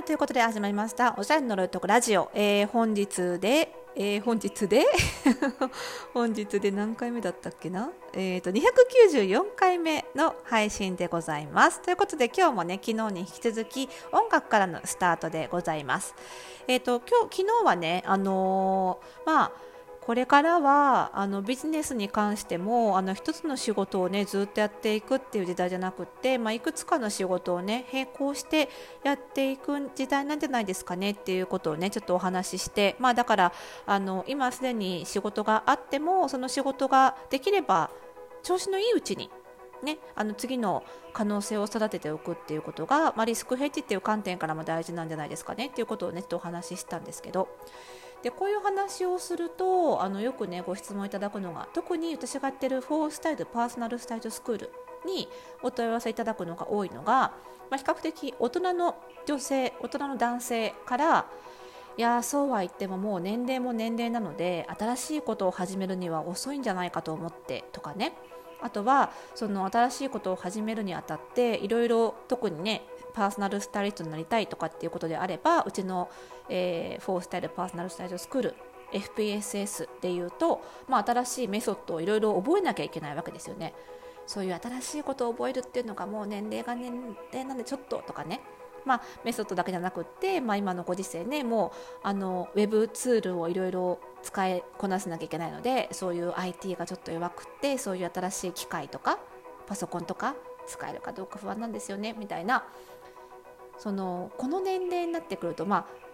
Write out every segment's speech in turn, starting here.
ということで始まりましたおしゃれの呪いとくラジオ、本日で本日で何回目だったっけな、294回目の配信でございます。ということで今日もね、昨日に引き続き音楽からのスタートでございます。昨日はね、これからはビジネスに関しても一つの仕事をねずっとやっていくっていう時代じゃなくって、いくつかの仕事をね並行してやっていく時代なんじゃないですかねっていうことをねちょっとお話しして、だから今すでに仕事があってもその仕事ができれば調子のいいうちにね、次の可能性を育てておくっていうことが、リスクヘッジっていう観点からも大事なんじゃないですかねっていうことをねちょっとお話ししたんですけど、でこういう話をするとよくねご質問いただくのが、特に私がやってるフォースタイルパーソナルスタイルスクールにお問い合わせいただくのが多いのが、比較的大人の女性、大人の男性から、いやそうは言ってももう年齢も年齢なので新しいことを始めるには遅いんじゃないかと思ってとかね、あとはその新しいことを始めるにあたっていろいろ、特にねパーソナルスタイリストになりたいとかっていうことであれば、うちの、フォースタイルパーソナルスタイルスクール FPSS でいうと、新しいメソッドをいろいろ覚えなきゃいけないわけですよね。そういう新しいことを覚えるっていうのがもう年齢が年齢なんでちょっととかね、メソッドだけじゃなくって、今のご時世ね、もうウェブツールをいろいろ使いこなせなきゃいけないので、そういう IT がちょっと弱くって、そういう新しい機械とかパソコンとか使えるかどうか不安なんですよねみたいな、この年齢になってくると、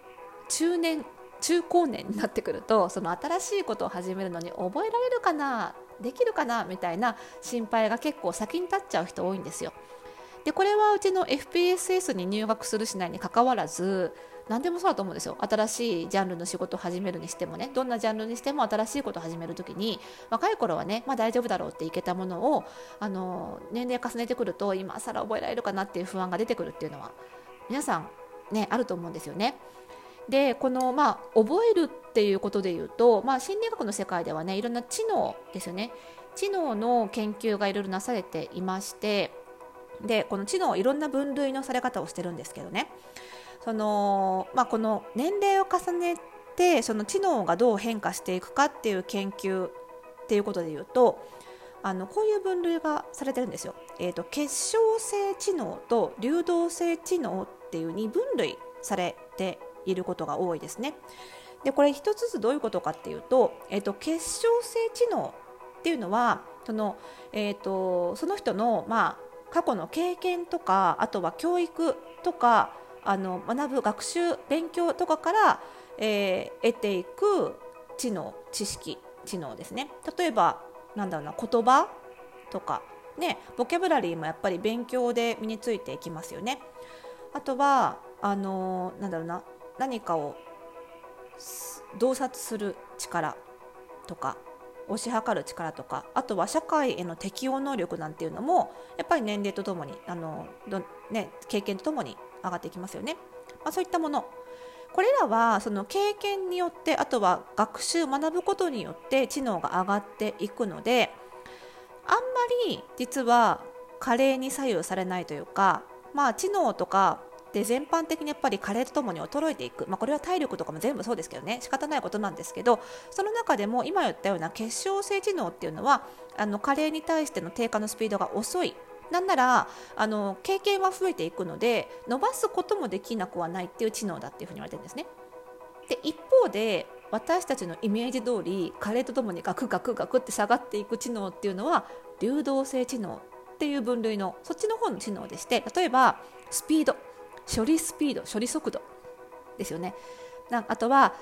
中高年になってくると、その新しいことを始めるのに覚えられるかな、できるかなみたいな心配が結構先に立っちゃう人多いんですよ。でこれはうちの FPSS に入学するしないにかかわらず何でもそうだと思うんですよ。新しいジャンルの仕事を始めるにしてもね、どんなジャンルにしても新しいことを始めるときに、若い頃はね、大丈夫だろうっていけたものを年齢重ねてくると、今更覚えられるかなっていう不安が出てくるっていうのは皆さんねあると思うんですよね。でこの覚えるっていうことでいうと、心理学の世界ではね、いろんな知能ですよね、知能の研究がいろいろなされていまして、でこの知能いろんな分類のされ方をしてるんですけどね、この年齢を重ねてその知能がどう変化していくかっていう研究っていうことでいうと、こういう分類がされてるんですよ。結晶性知能と流動性知能っていう2分類されていることが多いですね。でこれ一つずつどういうことかっていうと、結晶性知能っていうのはその人の過去の経験とか、あとは教育とか学ぶ学習勉強とかから、得ていく知能、知識、知能ですね。例えば言葉とかね、ボキャブラリーもやっぱり勉強で身についていきますよね。あとは何かを洞察する力とか推し量る力とか、あとは社会への適応能力なんていうのもやっぱり年齢とともに経験とともに上がっていきますよね。そういったもの、これらはその経験によって、あとは学ぶことによって知能が上がっていくので、あんまり実は加齢に左右されないというか、知能とかで全般的にやっぱり加齢とともに衰えていく、これは体力とかも全部そうですけどね、仕方ないことなんですけど、その中でも今言ったような結晶性知能っていうのは加齢に対しての低下のスピードが遅い、なんなら経験は増えていくので伸ばすこともできなくはないっていう知能だっていうふうに言われてるんですね。で一方で私たちのイメージ通り加齢とともにガクガクガクって下がっていく知能っていうのは流動性知能っていう分類のそっちの方の知能でして、例えばスピード、処理スピード、処理速度ですよね。あとは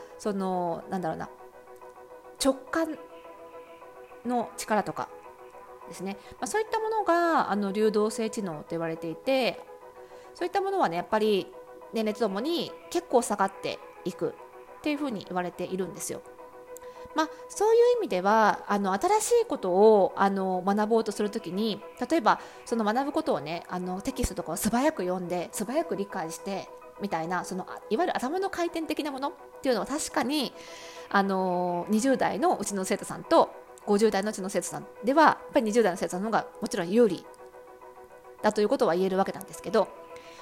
直感の力とかですね、そういったものが流動性知能と言われていて、そういったものはねやっぱり年齢とともに結構下がっていくっていうふうに言われているんですよ。そういう意味では新しいことを学ぼうとするときに、例えばその学ぶことをねテキストとかを素早く読んで素早く理解してみたいな、いわゆる頭の回転的なものっていうのは確かに20代のうちの生徒さんと50代のうちの生徒さんではやっぱり20代の生徒さんの方がもちろん有利だということは言えるわけなんですけど、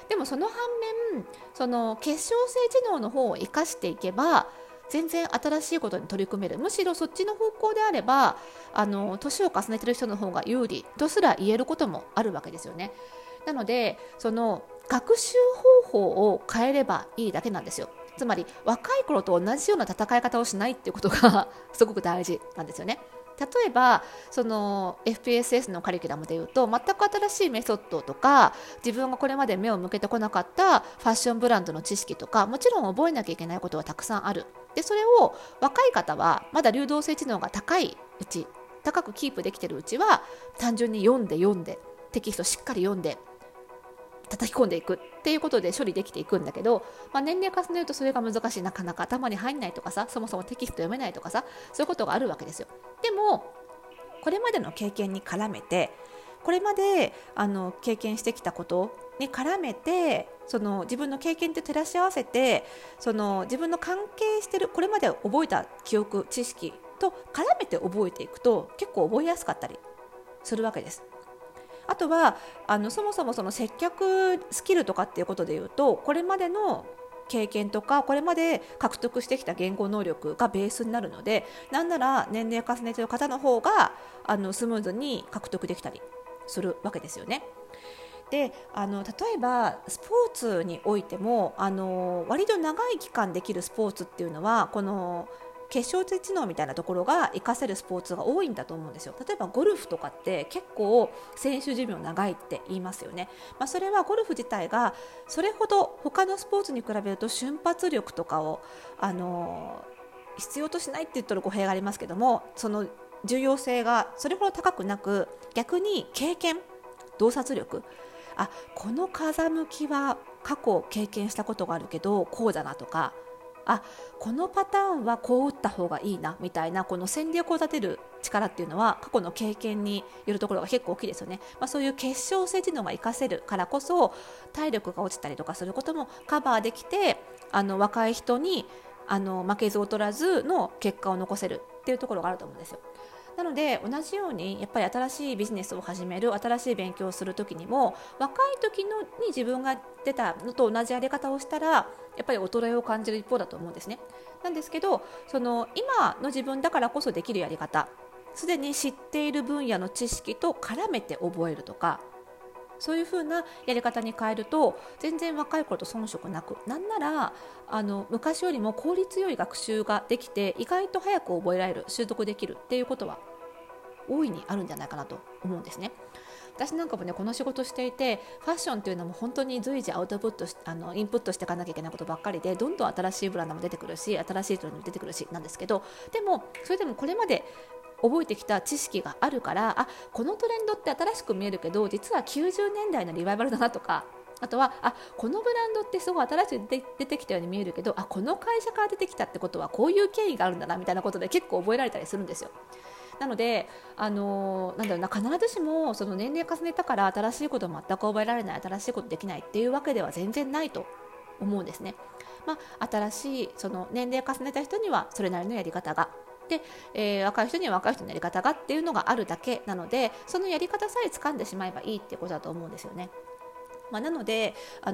でもその反面その結晶性知能の方を生かしていけば全然新しいことに取り組める。むしろそっちの方向であれば年を重ねてる人の方が有利とすら言えることもあるわけですよね。なのでその学習方法を変えればいいだけなんですよ。つまり若い頃と同じような戦い方をしないっていうことがすごく大事なんですよね。例えばその FPSS のカリキュラムでいうと全く新しいメソッドとか自分がこれまで目を向けてこなかったファッションブランドの知識とかもちろん覚えなきゃいけないことはたくさんある。でそれを若い方はまだ流動性知能が高いうち高くキープできているうちは単純に読んでテキストしっかり読んで叩き込んでいくっていうことで処理できていくんだけど、年齢重ねるとそれが難しい。なかなか頭に入んないとかさ、そもそもテキスト読めないとかさ、そういうことがあるわけですよ。でもこれまでの経験に絡めてこれまで経験してきたことに絡めてその自分の経験と照らし合わせてその自分の関係しているこれまで覚えた記憶知識と絡めて覚えていくと結構覚えやすかったりするわけです。あとはそもそもその接客スキルとかっていうことでいうとこれまでの経験とかこれまで獲得してきた言語能力がベースになるのでなんなら年齢重ねている方の方がスムーズに獲得できたりするわけですよね。で例えばスポーツにおいても割と長い期間できるスポーツっていうのはこの結晶知能みたいなところが活かせるスポーツが多いんだと思うんですよ。例えばゴルフとかって結構選手寿命長いって言いますよね。それはゴルフ自体がそれほど他のスポーツに比べると瞬発力とかを必要としないって言ったら語弊がありますけどもその重要性がそれほど高くなく逆に経験洞察力この風向きは過去経験したことがあるけどこうだなとかこのパターンはこう打った方がいいなみたいなこの戦略を立てる力っていうのは過去の経験によるところが結構大きいですよね。そういう結晶性知能が活かせるからこそ体力が落ちたりとかすることもカバーできて若い人に負けず劣らずの結果を残せるっていうところがあると思うんですよ。なので同じようにやっぱり新しいビジネスを始める新しい勉強をするときにも若い時に自分が出たのと同じやり方をしたらやっぱり衰えを感じる一方だと思うんですね。なんですけどその今の自分だからこそできるやり方すでに知っている分野の知識と絡めて覚えるとかそういう風なやり方に変えると全然若い頃と遜色なくなんなら昔よりも効率よい学習ができて意外と早く覚えられる習得できるっていうことは大いにあるんじゃないかなと思うんですね。私なんかもねこの仕事していてファッションというのも本当に随時アウトプットインプットしていかなきゃいけないことばっかりでどんどん新しいブランドも出てくるし新しいトレンドも出てくるしなんですけどでもそれでもこれまで覚えてきた知識があるからこのトレンドって新しく見えるけど実は90年代のリバイバルだなとかあとはこのブランドってすごい新しく出てきたように見えるけどこの会社から出てきたってことはこういう経緯があるんだなみたいなことで結構覚えられたりするんですよ。なので、なんだろうな必ずしもその年齢重ねたから新しいことを全く覚えられない新しいことできないっていうわけでは全然ないと思うんですね。新しいその年齢重ねた人にはそれなりのやり方がで、若い人には若い人のやり方がっていうのがあるだけなのでそのやり方さえ掴んでしまえばいいっていうことだと思うんですよね。なので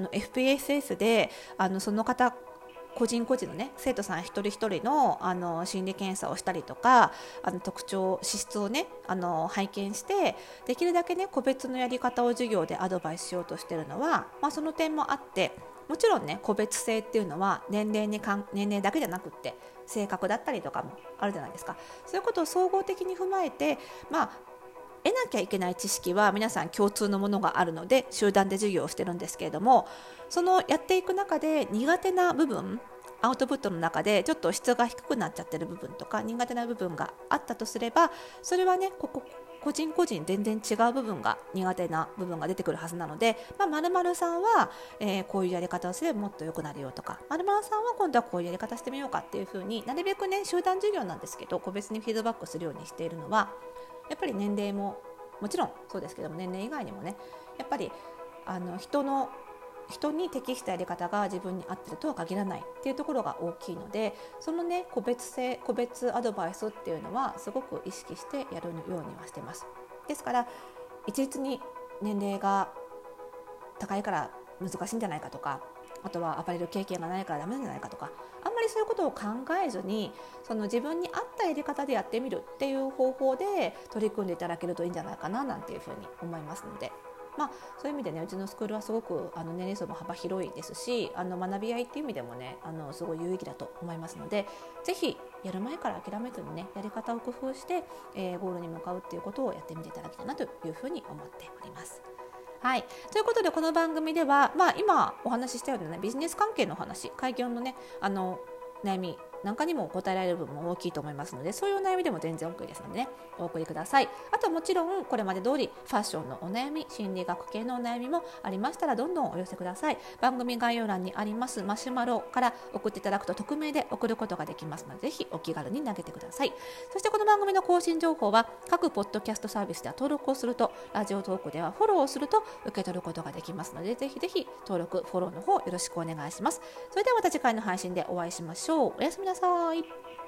FPSS でその方個人個人のね生徒さん一人一人の心理検査をしたりとか特徴資質をね拝見してできるだけね個別のやり方を授業でアドバイスしようとしているのは、その点もあってもちろんね個別性っていうのは年齢だけじゃなくって性格だったりとかもあるじゃないですか。そういうことを総合的に踏まえて得なきゃいけない知識は皆さん共通のものがあるので集団で授業をしてるんですけれどもそのやっていく中で苦手な部分アウトプットの中でちょっと質が低くなっちゃってる部分とか苦手な部分があったとすればそれはね個人個人全然違う部分が苦手な部分が出てくるはずなので、〇〇さんは、こういうやり方をすればもっと良くなるよとか〇〇さんは今度はこういうやり方してみようかっていう風になるべくね集団授業なんですけど個別にフィードバックするようにしているのはやっぱり年齢ももちろんそうですけども年齢以外にもねやっぱり人に適したやり方が自分に合ってるとは限らないっていうところが大きいのでそのね個別アドバイスっていうのはすごく意識してやるようにはしてます。ですから一律に年齢が高いから難しいんじゃないかとか、あとはアパレル経験がないからダメなんじゃないかとか、あんまりそういうことを考えずに、その自分に合ったやり方でやってみるっていう方法で取り組んでいただけるといいんじゃないかななんていうふうに思いますので、そういう意味でね、うちのスクールはすごく年齢層も幅広いですし、学び合いっていう意味でもね、すごい有意義だと思いますので、ぜひやる前から諦めずにね、やり方を工夫して、ゴールに向かうっていうことをやってみていただきたいなというふうに思っております。はい、ということでこの番組では、今お話ししたような、ね、ビジネス関係の話、開業のね悩みなんかにも答えられる部分も大きいと思いますので、そういうお悩みでも全然 OK ですのでね、お送りください。あともちろんこれまで通りファッションのお悩み、心理学系のお悩みもありましたらどんどんお寄せください。番組概要欄にありますマシュマロから送っていただくと匿名で送ることができますので、ぜひお気軽に投げてください。そしてこの番組の更新情報は各ポッドキャストサービスでは登録をすると、ラジオトークではフォローをすると受け取ることができますので、ぜひぜひ登録フォローの方よろしくお願いします。それではまた次回の配信でお会いしましょう。おやすみなさい。